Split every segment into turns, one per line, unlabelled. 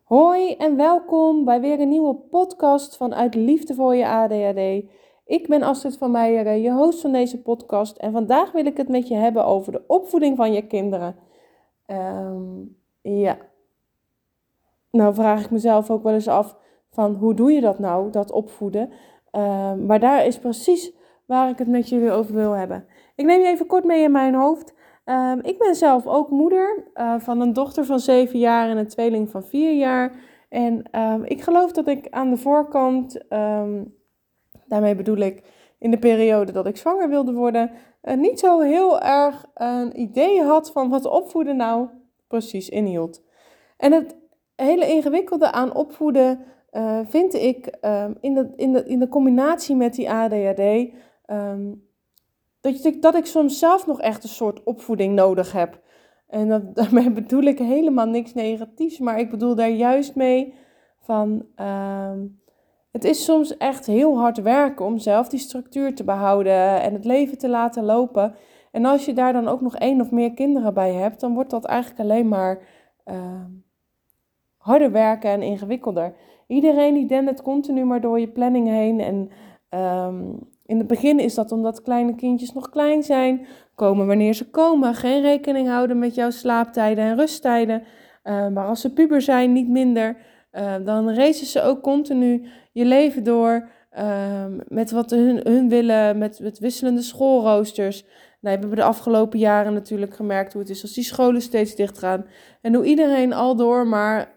Hoi en welkom bij weer een nieuwe podcast vanuit Liefde voor je ADHD. Ik ben Astrid van Meijeren, je host van deze podcast. En vandaag wil ik het met je hebben over de opvoeding van je kinderen. Ja, nou vraag ik mezelf ook wel eens af van hoe doe je dat nou, dat opvoeden? Maar daar is precies waar ik het met jullie over wil hebben. Ik neem je even kort mee in mijn hoofd. Ik ben zelf ook moeder van een dochter van 7 jaar en een tweeling van 4 jaar. En ik geloof dat ik aan de voorkant, daarmee bedoel ik in de periode dat ik zwanger wilde worden, niet zo heel erg een idee had van wat opvoeden nou precies inhield. En het hele ingewikkelde aan opvoeden vind ik in de combinatie met die ADHD... Dat ik soms zelf nog echt een soort opvoeding nodig heb. En daarmee bedoel ik helemaal niks negatiefs, maar ik bedoel daar juist mee van... het is soms echt heel hard werken om zelf die structuur te behouden en het leven te laten lopen. En als je daar dan ook nog 1 of meer kinderen bij hebt, dan wordt dat eigenlijk alleen maar harder werken en ingewikkelder. Iedereen die dendert continu maar door je planning heen en... in het begin is dat omdat kleine kindjes nog klein zijn, komen wanneer ze komen, geen rekening houden met jouw slaaptijden en rusttijden. Maar als ze puber zijn, niet minder, dan racen ze ook continu je leven door met wat hun willen, met wisselende schoolroosters. Nou, hebben we de afgelopen jaren natuurlijk gemerkt hoe het is als die scholen steeds dicht gaan. En hoe iedereen al door maar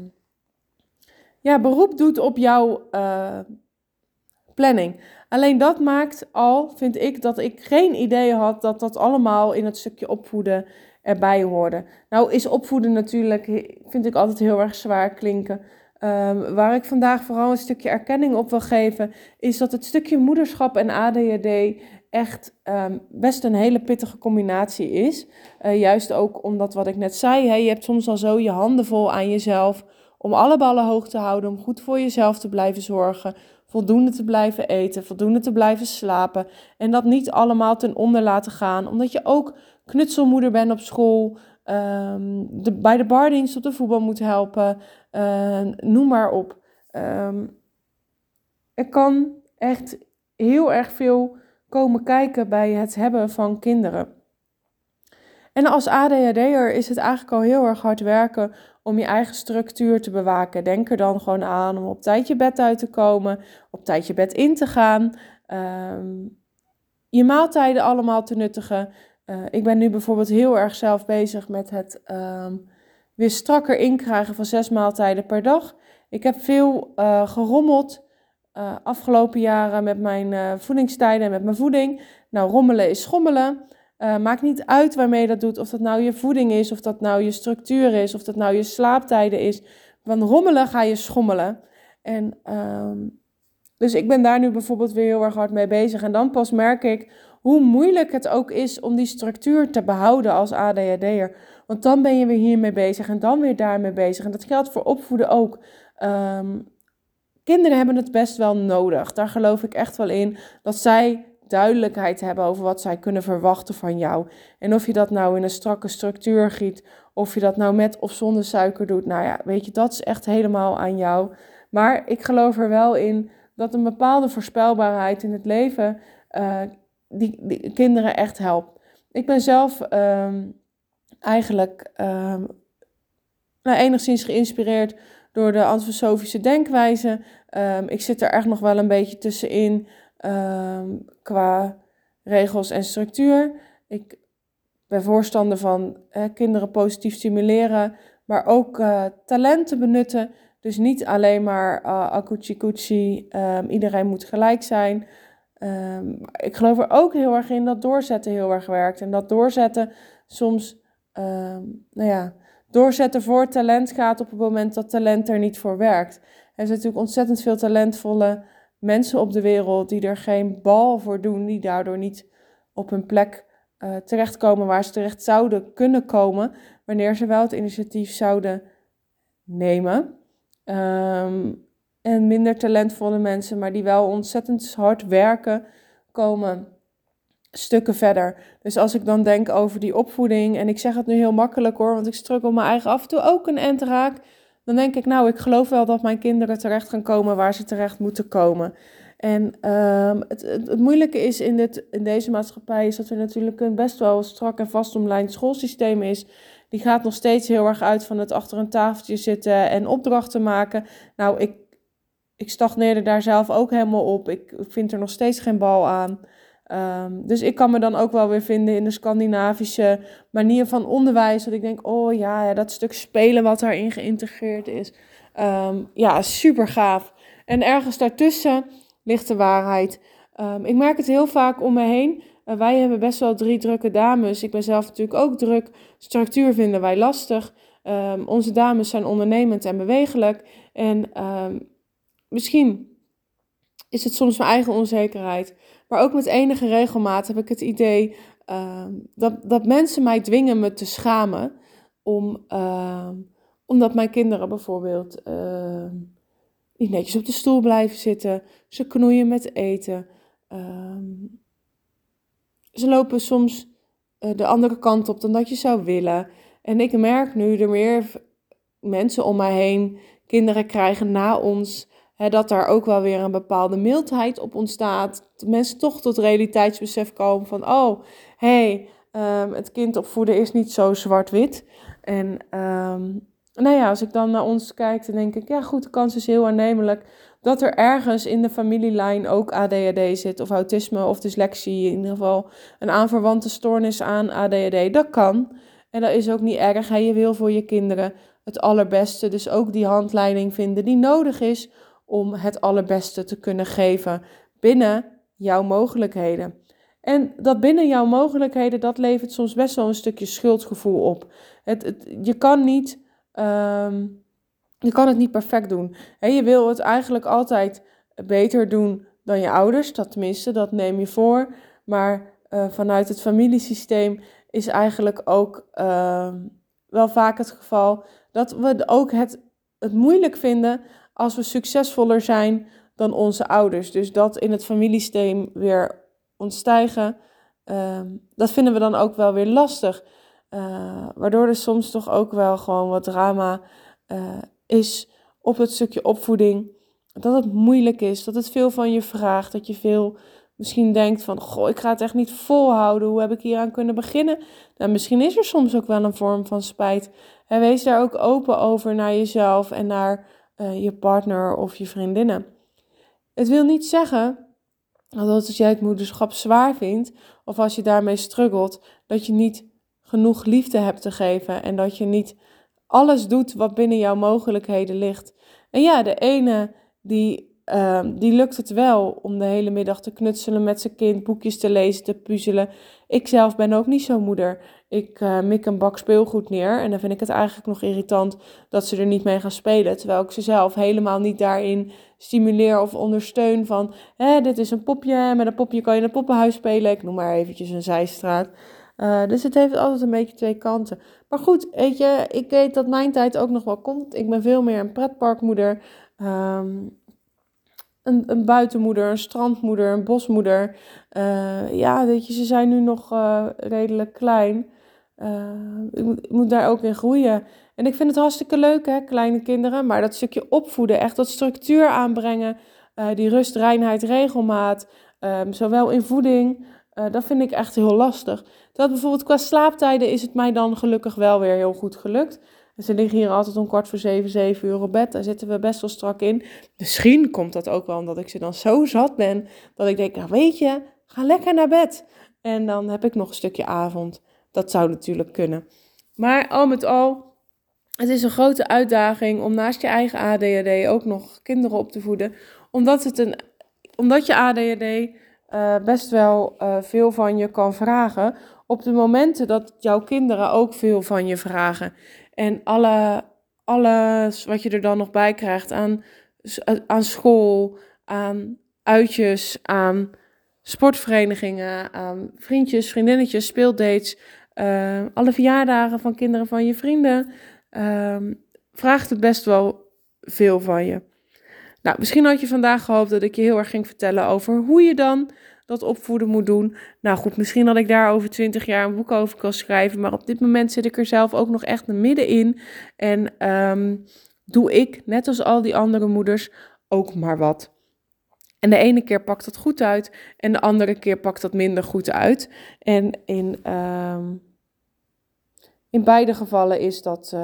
beroep doet op jouw planning. Alleen dat maakt al, vind ik, dat ik geen idee had dat dat allemaal in het stukje opvoeden erbij hoorde. Nou is opvoeden natuurlijk, vind ik altijd heel erg zwaar klinken. Waar ik vandaag vooral een stukje erkenning op wil geven, is dat het stukje moederschap en ADHD echt best een hele pittige combinatie is. Juist ook omdat wat ik net zei, je hebt soms al zo je handen vol aan jezelf om alle ballen hoog te houden, om goed voor jezelf te blijven zorgen, voldoende te blijven eten, voldoende te blijven slapen en dat niet allemaal ten onder laten gaan, omdat je ook knutselmoeder bent op school, bij de bardienst op de voetbal moet helpen, noem maar op. Er kan echt heel erg veel komen kijken bij het hebben van kinderen. En als ADHD'er is het eigenlijk al heel erg hard werken om je eigen structuur te bewaken. Denk er dan gewoon aan om op tijd je bed uit te komen, op tijd je bed in te gaan, je maaltijden allemaal te nuttigen. Ik ben nu bijvoorbeeld heel erg zelf bezig met het weer strakker inkrijgen van 6 maaltijden per dag. Ik heb veel gerommeld afgelopen jaren met mijn voedingstijden en met mijn voeding. Nou, rommelen is schommelen. Maakt niet uit waarmee je dat doet, of dat nou je voeding is, of dat nou je structuur is, of dat nou je slaaptijden is. Van rommelen ga je schommelen. En dus ik ben daar nu bijvoorbeeld weer heel erg hard mee bezig. En dan pas merk ik hoe moeilijk het ook is om die structuur te behouden als ADHD'er. Want dan ben je weer hiermee bezig en dan weer daarmee bezig. En dat geldt voor opvoeden ook. Kinderen hebben het best wel nodig. Daar geloof ik echt wel in, dat zij duidelijkheid hebben over wat zij kunnen verwachten van jou. En of je dat nou in een strakke structuur giet, of je dat nou met of zonder suiker doet, nou ja, weet je, dat is echt helemaal aan jou. Maar ik geloof er wel in dat een bepaalde voorspelbaarheid in het leven die kinderen echt helpt. Ik ben zelf eigenlijk enigszins geïnspireerd door de antroposofische denkwijze. Ik zit er echt nog wel een beetje tussenin qua regels en structuur. Ik ben voorstander van kinderen positief stimuleren, maar ook talenten benutten. Dus niet alleen maar akkoetsie, iedereen moet gelijk zijn. Ik geloof er ook heel erg in dat doorzetten heel erg werkt. En dat doorzetten soms, doorzetten voor talent gaat op het moment dat talent er niet voor werkt. Er zijn natuurlijk ontzettend veel talentvolle mensen op de wereld die er geen bal voor doen, die daardoor niet op hun plek terechtkomen waar ze terecht zouden kunnen komen, wanneer ze wel het initiatief zouden nemen. En minder talentvolle mensen, maar die wel ontzettend hard werken, komen stukken verder. Dus als ik dan denk over die opvoeding, en ik zeg het nu heel makkelijk hoor, want ik struggle me eigen af en toe ook een end raak, dan denk ik, nou, ik geloof wel dat mijn kinderen terecht gaan komen waar ze terecht moeten komen. En het moeilijke is in deze maatschappij is dat er natuurlijk een best wel strak en vastomlijnd schoolsysteem is. Die gaat nog steeds heel erg uit van het achter een tafeltje zitten en opdrachten maken. Nou, ik stagneerde daar zelf ook helemaal op. Ik vind er nog steeds geen bal aan. Dus ik kan me dan ook wel weer vinden in de Scandinavische manier van onderwijs. Dat ik denk, oh ja, dat stuk spelen wat daarin geïntegreerd is. Ja, super gaaf. En ergens daartussen ligt de waarheid. Ik merk het heel vaak om me heen. Wij hebben best wel 3 drukke dames. Ik ben zelf natuurlijk ook druk. Structuur vinden wij lastig. Onze dames zijn ondernemend en bewegelijk. En misschien is het soms mijn eigen onzekerheid. Maar ook met enige regelmaat heb ik het idee dat mensen mij dwingen me te schamen. Omdat mijn kinderen bijvoorbeeld niet netjes op de stoel blijven zitten. Ze knoeien met eten. Ze lopen soms de andere kant op dan dat je zou willen. En ik merk nu er meer mensen om mij heen kinderen krijgen na ons. Dat daar ook wel weer een bepaalde mildheid op ontstaat. Dat mensen toch tot realiteitsbesef komen van, het kind opvoeden is niet zo zwart-wit. En nou ja, als ik dan naar ons kijk, dan denk ik, ja goed, de kans is heel aannemelijk dat er ergens in de familielijn ook ADHD zit, of autisme of dyslexie, in ieder geval een aanverwante stoornis aan ADHD. Dat kan. En dat is ook niet erg. Je wil voor je kinderen het allerbeste. Dus ook die handleiding vinden die nodig is om het allerbeste te kunnen geven binnen jouw mogelijkheden. En dat binnen jouw mogelijkheden, dat levert soms best wel een stukje schuldgevoel op. Je kan het niet perfect doen. Je wil het eigenlijk altijd beter doen dan je ouders. Dat neem je voor. Maar vanuit het familiesysteem is eigenlijk ook wel vaak het geval dat we ook het moeilijk vinden als we succesvoller zijn dan onze ouders. Dus dat in het familiesysteem weer ontstijgen, dat vinden we dan ook wel weer lastig. Waardoor er soms toch ook wel gewoon wat drama is op het stukje opvoeding. Dat het moeilijk is, dat het veel van je vraagt. Dat je veel misschien denkt van, goh, ik ga het echt niet volhouden. Hoe heb ik hier aan kunnen beginnen? Nou, misschien is er soms ook wel een vorm van spijt. En wees daar ook open over naar jezelf en naar je partner of je vriendinnen. Het wil niet zeggen dat als jij het moederschap zwaar vindt, of als je daarmee struggelt, dat je niet genoeg liefde hebt te geven en dat je niet alles doet wat binnen jouw mogelijkheden ligt. En ja, de ene die lukt het wel om de hele middag te knutselen met zijn kind, boekjes te lezen, te puzzelen. Ik zelf ben ook niet zo'n moeder. Ik mik een bak speelgoed neer en dan vind ik het eigenlijk nog irritant dat ze er niet mee gaan spelen. Terwijl ik ze zelf helemaal niet daarin stimuleer of ondersteun van, dit is een popje, met een popje kan je in een poppenhuis spelen. Ik noem maar eventjes een zijstraat. Dus het heeft altijd een beetje 2 kanten. Maar goed, weet je, ik weet dat mijn tijd ook nog wel komt. Ik ben veel meer een pretparkmoeder, een buitenmoeder, een strandmoeder, een bosmoeder. Weet je, ze zijn nu nog redelijk klein. Ik moet daar ook in groeien. En ik vind het hartstikke leuk, hè, kleine kinderen. Maar dat stukje opvoeden, echt dat structuur aanbrengen. Die rust, reinheid, regelmaat. Zowel in voeding, dat vind ik echt heel lastig. Dat bijvoorbeeld qua slaaptijden is het mij dan gelukkig wel weer heel goed gelukt. Ze liggen hier altijd om 6:15, 7 uur op bed. Daar zitten we best wel strak in. Misschien komt dat ook wel omdat ik ze dan zo zat ben, dat ik denk, nou weet je, ga lekker naar bed. En dan heb ik nog een stukje avond. Dat zou natuurlijk kunnen. Maar al met al, het is een grote uitdaging om naast je eigen ADHD ook nog kinderen op te voeden. Omdat je ADHD best wel veel van je kan vragen. Op de momenten dat jouw kinderen ook veel van je vragen. En alles wat je er dan nog bij krijgt aan school, aan uitjes, aan sportverenigingen, aan vriendjes, vriendinnetjes, speeldates, alle verjaardagen van kinderen van je vrienden, vraagt het best wel veel van je. Nou, misschien had je vandaag gehoopt dat ik je heel erg ging vertellen over hoe je dan dat opvoeden moet doen. Nou goed, misschien dat ik daar over 20 jaar een boek over kan schrijven. Maar op dit moment zit ik er zelf ook nog echt middenin. En doe ik, net als al die andere moeders, ook maar wat. En de ene keer pakt dat goed uit en de andere keer pakt dat minder goed uit. En in beide gevallen is dat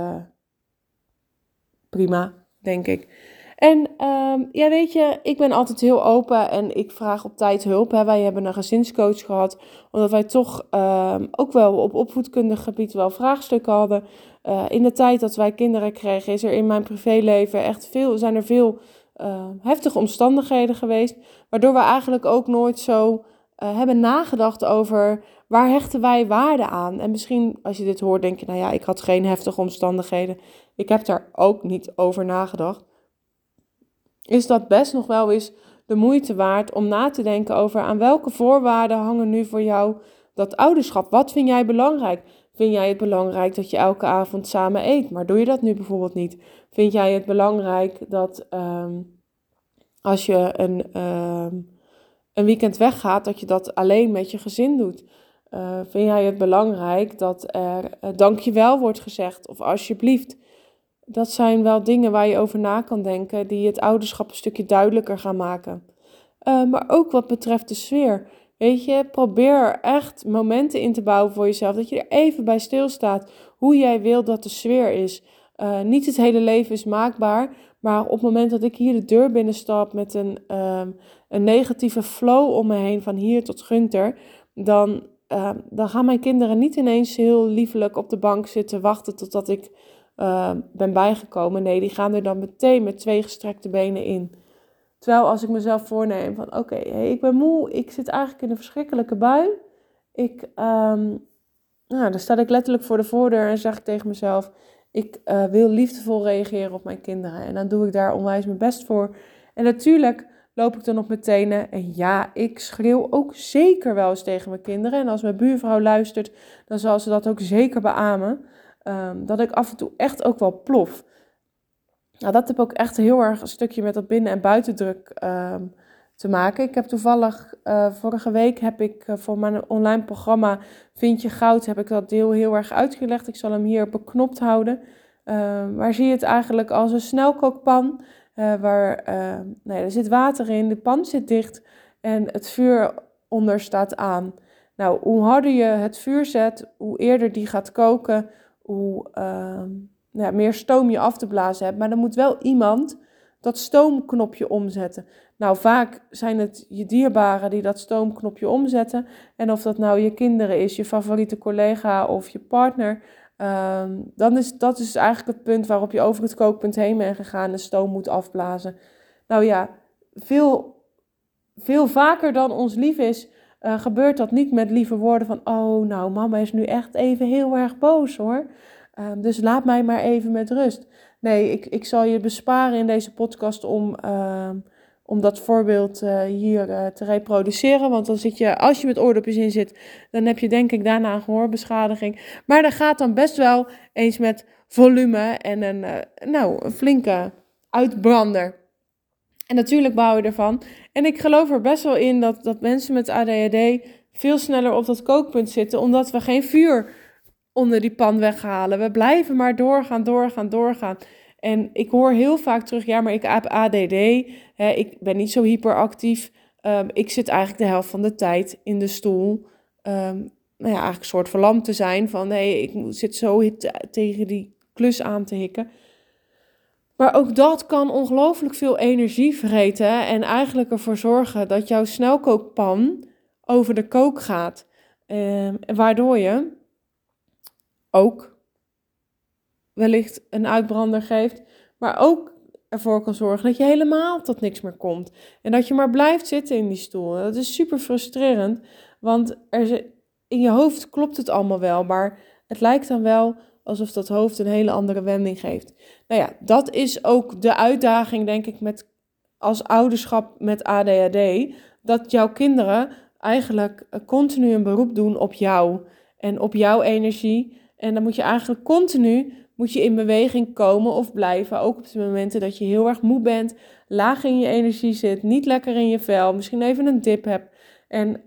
prima, denk ik. En ja, weet je, ik ben altijd heel open en ik vraag op tijd hulp. Hè. Wij hebben een gezinscoach gehad, omdat wij toch ook wel op opvoedkundig gebied wel vraagstukken hadden. In de tijd dat wij kinderen kregen, is er in mijn privéleven zijn er veel heftige omstandigheden geweest, waardoor we eigenlijk ook nooit zo hebben nagedacht over waar hechten wij waarde aan. En misschien als je dit hoort, denk je, nou ja, ik had geen heftige omstandigheden. Ik heb daar ook niet over nagedacht. Is dat best nog wel eens de moeite waard om na te denken over aan welke voorwaarden hangen nu voor jou dat ouderschap? Wat vind jij belangrijk? Vind jij het belangrijk dat je elke avond samen eet? Maar doe je dat nu bijvoorbeeld niet? Vind jij het belangrijk dat als je een weekend weggaat, dat je dat alleen met je gezin doet? Vind jij het belangrijk dat er dankjewel wordt gezegd of alsjeblieft? Dat zijn wel dingen waar je over na kan denken, die het ouderschap een stukje duidelijker gaan maken. Maar ook wat betreft de sfeer. Weet je, probeer echt momenten in te bouwen voor jezelf, dat je er even bij stilstaat hoe jij wil dat de sfeer is. Niet het hele leven is maakbaar, maar op het moment dat ik hier de deur binnenstap met een negatieve flow om me heen, van hier tot Gunther, dan gaan mijn kinderen niet ineens heel liefelijk op de bank zitten wachten totdat ik ben bijgekomen. Nee, die gaan er dan meteen met 2 gestrekte benen in. Terwijl als ik mezelf voorneem van oké, ik ben moe, ik zit eigenlijk in een verschrikkelijke bui. Dan sta ik letterlijk voor de voordeur en zeg ik tegen mezelf, ik wil liefdevol reageren op mijn kinderen. En dan doe ik daar onwijs mijn best voor. En natuurlijk loop ik dan op mijn tenen. En ja, ik schreeuw ook zeker wel eens tegen mijn kinderen. En als mijn buurvrouw luistert, dan zal ze dat ook zeker beamen. Dat ik af en toe echt ook wel plof. Nou, dat heb ook echt heel erg een stukje met dat binnen- en buitendruk te maken. Ik heb toevallig, vorige week heb ik voor mijn online programma Vind je Goud, heb ik dat deel heel erg uitgelegd. Ik zal hem hier beknopt houden. Maar zie je het eigenlijk als een snelkookpan, er zit water in, de pan zit dicht en het vuur onder staat aan. Nou, hoe harder je het vuur zet, hoe eerder die gaat koken, hoe meer stoom je af te blazen hebt. Maar dan moet wel iemand dat stoomknopje omzetten. Nou, vaak zijn het je dierbaren die dat stoomknopje omzetten. En of dat nou je kinderen is, je favoriete collega of je partner, dan is dat is eigenlijk het punt waarop je over het kookpunt heen bent gegaan en stoom moet afblazen. Nou ja, veel vaker dan ons lief is, gebeurt dat niet met lieve woorden van, oh nou, mama is nu echt even heel erg boos hoor. Dus laat mij maar even met rust. Nee, ik zal je besparen in deze podcast om dat voorbeeld hier te reproduceren. Want dan zit je, als je met oordopjes in zit, dan heb je denk ik daarna een gehoorbeschadiging. Maar dat gaat dan best wel eens met volume en een flinke uitbrander. En natuurlijk bouw je ervan. En ik geloof er best wel in dat mensen met ADHD veel sneller op dat kookpunt zitten, omdat we geen vuur onder die pan weghalen. We blijven maar doorgaan. En ik hoor heel vaak terug, ja, maar ik heb ADD. Ik ben niet zo hyperactief. Ik zit eigenlijk de helft van de tijd in de stoel. Eigenlijk een soort verlamd te zijn van, ik zit zo tegen die klus aan te hikken. Maar ook dat kan ongelooflijk veel energie vreten en eigenlijk ervoor zorgen dat jouw snelkookpan over de kook gaat. Waardoor je ook wellicht een uitbrander geeft, maar ook ervoor kan zorgen dat je helemaal tot niks meer komt. En dat je maar blijft zitten in die stoel. En dat is super frustrerend, want in je hoofd klopt het allemaal wel, maar het lijkt dan wel alsof dat hoofd een hele andere wending geeft. Nou ja, dat is ook de uitdaging, denk ik, als ouderschap met ADHD, dat jouw kinderen eigenlijk continu een beroep doen op jou en op jouw energie. En dan moet je eigenlijk continu in beweging komen of blijven. Ook op de momenten dat je heel erg moe bent, laag in je energie zit, niet lekker in je vel, misschien even een dip hebt. En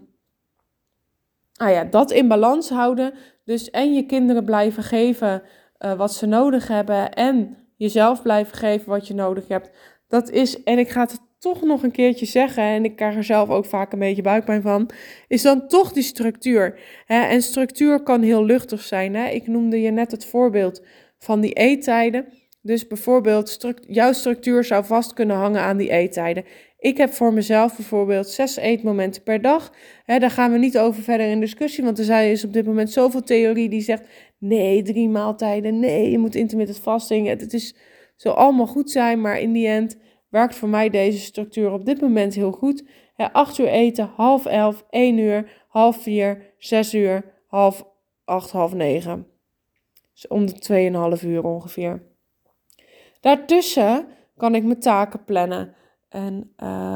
dat in balans houden. Dus en je kinderen blijven geven wat ze nodig hebben. En jezelf blijven geven wat je nodig hebt. Dat is, en ik ga het toch nog een keertje zeggen, en ik krijg er zelf ook vaak een beetje buikpijn van, is dan toch die structuur. En structuur kan heel luchtig zijn. Ik noemde je net het voorbeeld van die eettijden. Dus bijvoorbeeld, jouw structuur zou vast kunnen hangen aan die eettijden. Ik heb voor mezelf bijvoorbeeld 6 eetmomenten per dag. Daar gaan we niet over verder in discussie, want er is op dit moment zoveel theorie die zegt, nee, 3 maaltijden, nee, je moet intermittent fasting. Het zal allemaal goed zijn, maar in die end werkt voor mij deze structuur op dit moment heel goed. 8 uur eten, 10:30, 1 uur, 3:30, 6 uur, 7:30, 8:30, 9. Dus om de 2,5 uur ongeveer. Daartussen kan ik mijn taken plannen. En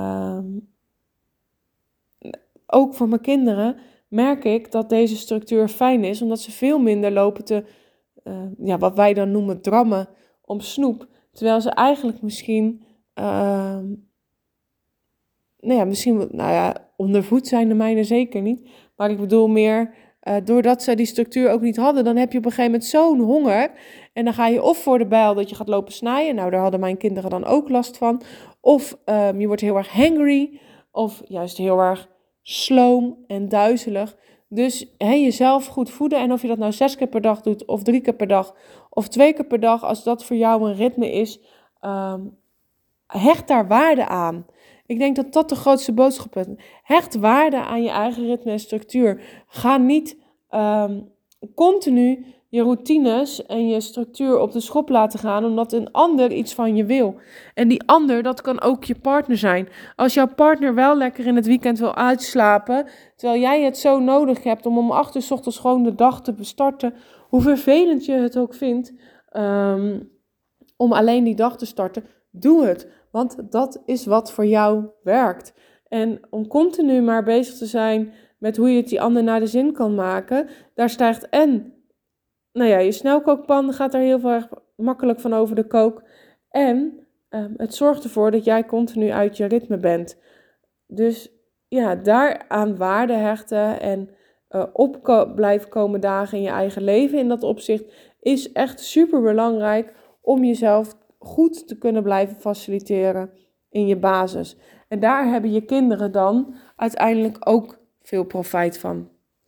ook voor mijn kinderen merk ik dat deze structuur fijn is, omdat ze veel minder lopen te, wat wij dan noemen drammen om snoep. Terwijl ze eigenlijk misschien, ondervoed zijn de mijne zeker niet. Maar ik bedoel meer, doordat ze die structuur ook niet hadden, dan heb je op een gegeven moment zo'n honger. En dan ga je of voor de bijl dat je gaat lopen snijden. Nou, daar hadden mijn kinderen dan ook last van. Of je wordt heel erg hangry. Of juist heel erg sloom en duizelig. Dus jezelf goed voeden. En of je dat nou 6 keer per dag doet, of 3 keer per dag, of 2 keer per dag. Als dat voor jou een ritme is, hecht daar waarde aan. Ik denk dat dat de grootste boodschap is. Hecht waarde aan je eigen ritme en structuur. Ga niet continu je routines en je structuur op de schop laten gaan, omdat een ander iets van je wil. En die ander, dat kan ook je partner zijn. Als jouw partner wel lekker in het weekend wil uitslapen, terwijl jij het zo nodig hebt om 8 uur 's ochtends gewoon de dag te bestarten, hoe vervelend je het ook vindt, om alleen die dag te starten, doe het. Want dat is wat voor jou werkt. En om continu maar bezig te zijn met hoe je het die ander naar de zin kan maken, daar stijgt je snelkookpan gaat er heel erg makkelijk van over de kook. En het zorgt ervoor dat jij continu uit je ritme bent. Dus daaraan waarde hechten en blijven komen dagen in je eigen leven in dat opzicht is echt super belangrijk om jezelf goed te kunnen blijven faciliteren in je basis. En daar hebben je kinderen dan uiteindelijk ook veel profijt van.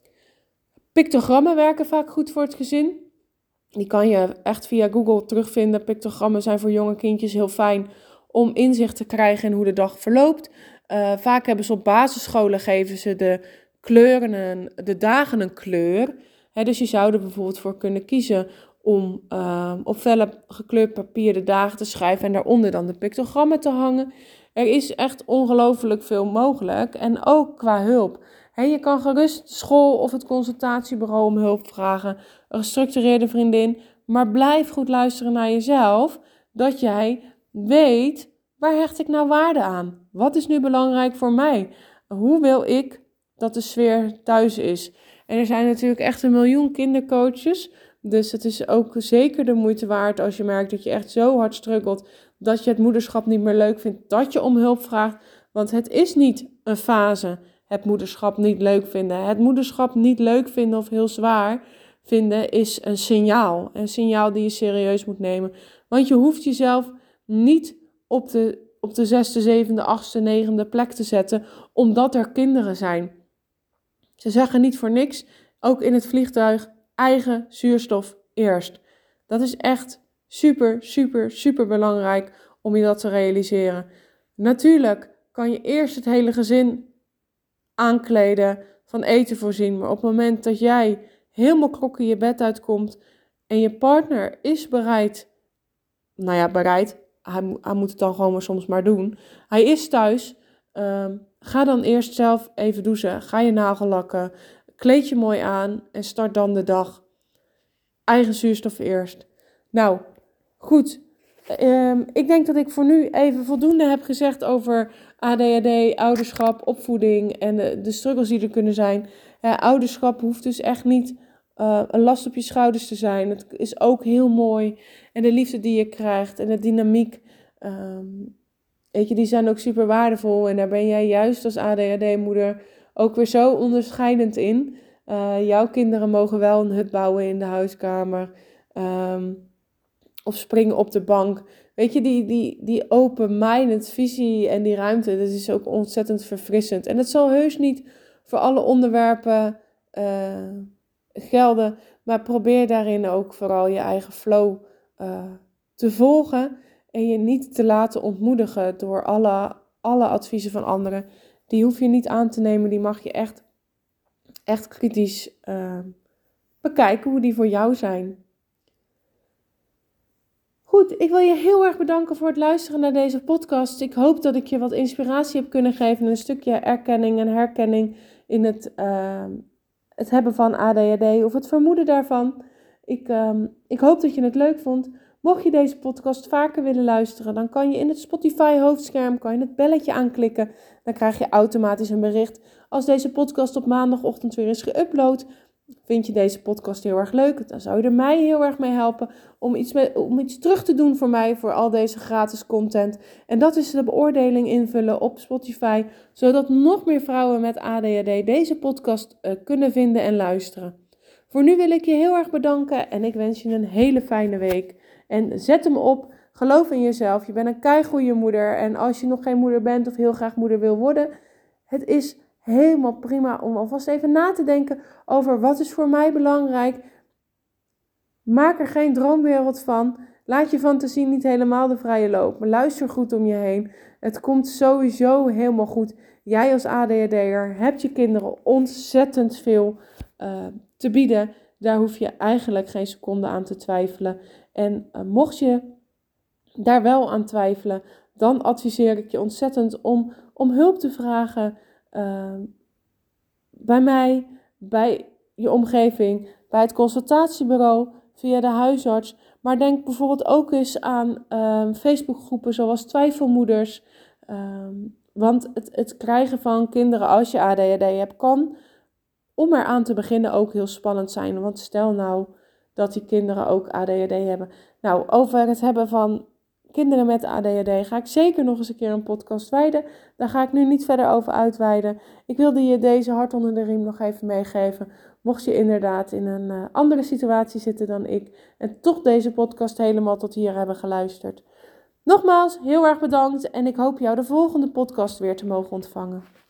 Pictogrammen werken vaak goed voor het gezin. Die kan je echt via Google terugvinden. Pictogrammen zijn voor jonge kindjes heel fijn om inzicht te krijgen in hoe de dag verloopt. Vaak hebben ze op basisscholen geven ze de kleuren de dagen een kleur. Dus je zou er bijvoorbeeld voor kunnen kiezen om op felle gekleurd papier de dagen te schrijven en daaronder dan de pictogrammen te hangen. Er is echt ongelooflijk veel mogelijk en ook qua hulp. Je kan gerust de school of het consultatiebureau om hulp vragen, een gestructureerde vriendin, maar blijf goed luisteren naar jezelf, dat jij weet, waar hecht ik nou waarde aan? Wat is nu belangrijk voor mij? Hoe wil ik dat de sfeer thuis is? En er zijn natuurlijk echt 1 miljoen kindercoaches, dus het is ook zeker de moeite waard als je merkt dat je echt zo hard struggelt, dat je het moederschap niet meer leuk vindt, dat je om hulp vraagt, want het is niet een fase. Het moederschap niet leuk vinden. Het moederschap niet leuk vinden of heel zwaar vinden is een signaal. Een signaal die je serieus moet nemen. Want je hoeft jezelf niet op de 6e, 7e, 8e, 9e plek te zetten, omdat er kinderen zijn. Ze zeggen niet voor niks, ook in het vliegtuig, eigen zuurstof eerst. Dat is echt super, super, super belangrijk om je dat te realiseren. Natuurlijk kan je eerst het hele gezin aankleden, van eten voorzien. Maar op het moment dat jij helemaal krokken je bed uitkomt en je partner is bereid, hij moet het dan gewoon maar soms maar doen. Hij is thuis, ga dan eerst zelf even douchen, ga je nagel lakken, kleed je mooi aan en start dan de dag. Eigen zuurstof eerst. Nou, goed. Ik denk dat ik voor nu even voldoende heb gezegd over ADHD, ouderschap, opvoeding en de struggles die er kunnen zijn. Ouderschap hoeft dus echt niet een last op je schouders te zijn. Het is ook heel mooi. En de liefde die je krijgt en de dynamiek, die zijn ook super waardevol. En daar ben jij juist als ADHD-moeder ook weer zo onderscheidend in. Jouw kinderen mogen wel een hut bouwen in de huiskamer. of springen op de bank. Weet je, die open-minded visie en die ruimte, dat is ook ontzettend verfrissend. En dat zal heus niet voor alle onderwerpen gelden, maar probeer daarin ook vooral je eigen flow te volgen en je niet te laten ontmoedigen door alle adviezen van anderen. Die hoef je niet aan te nemen, die mag je echt kritisch bekijken hoe die voor jou zijn. Goed, ik wil je heel erg bedanken voor het luisteren naar deze podcast. Ik hoop dat ik je wat inspiratie heb kunnen geven en een stukje erkenning en herkenning in het hebben van ADHD of het vermoeden daarvan. Ik hoop dat je het leuk vond. Mocht je deze podcast vaker willen luisteren, dan kan je in het Spotify hoofdscherm het belletje aanklikken. Dan krijg je automatisch een bericht als deze podcast op maandagochtend weer is geüpload. Vind je deze podcast heel erg leuk? Dan zou je er mij heel erg mee helpen om iets terug te doen voor mij, voor al deze gratis content. En dat is de beoordeling invullen op Spotify, zodat nog meer vrouwen met ADHD deze podcast kunnen vinden en luisteren. Voor nu wil ik je heel erg bedanken en ik wens je een hele fijne week. En zet hem op, geloof in jezelf, je bent een keigoeie moeder. En als je nog geen moeder bent of heel graag moeder wil worden, het is helemaal prima om alvast even na te denken over wat is voor mij belangrijk. Maak er geen droomwereld van. Laat je fantasie niet helemaal de vrije loop. Maar luister goed om je heen. Het komt sowieso helemaal goed. Jij als ADHD'er hebt je kinderen ontzettend veel te bieden. Daar hoef je eigenlijk geen seconde aan te twijfelen. En mocht je daar wel aan twijfelen, dan adviseer ik je ontzettend om hulp te vragen bij mij, bij je omgeving, bij het consultatiebureau, via de huisarts. Maar denk bijvoorbeeld ook eens aan Facebookgroepen zoals Twijfelmoeders. Want het krijgen van kinderen als je ADHD hebt kan, om eraan te beginnen, ook heel spannend zijn. Want stel nou dat die kinderen ook ADHD hebben. Nou, over het hebben van kinderen met ADHD ga ik zeker nog eens een keer een podcast wijden. Daar ga ik nu niet verder over uitweiden. Ik wilde je deze hart onder de riem nog even meegeven. Mocht je inderdaad in een andere situatie zitten dan ik en toch deze podcast helemaal tot hier hebben geluisterd. Nogmaals, heel erg bedankt en ik hoop jou de volgende podcast weer te mogen ontvangen.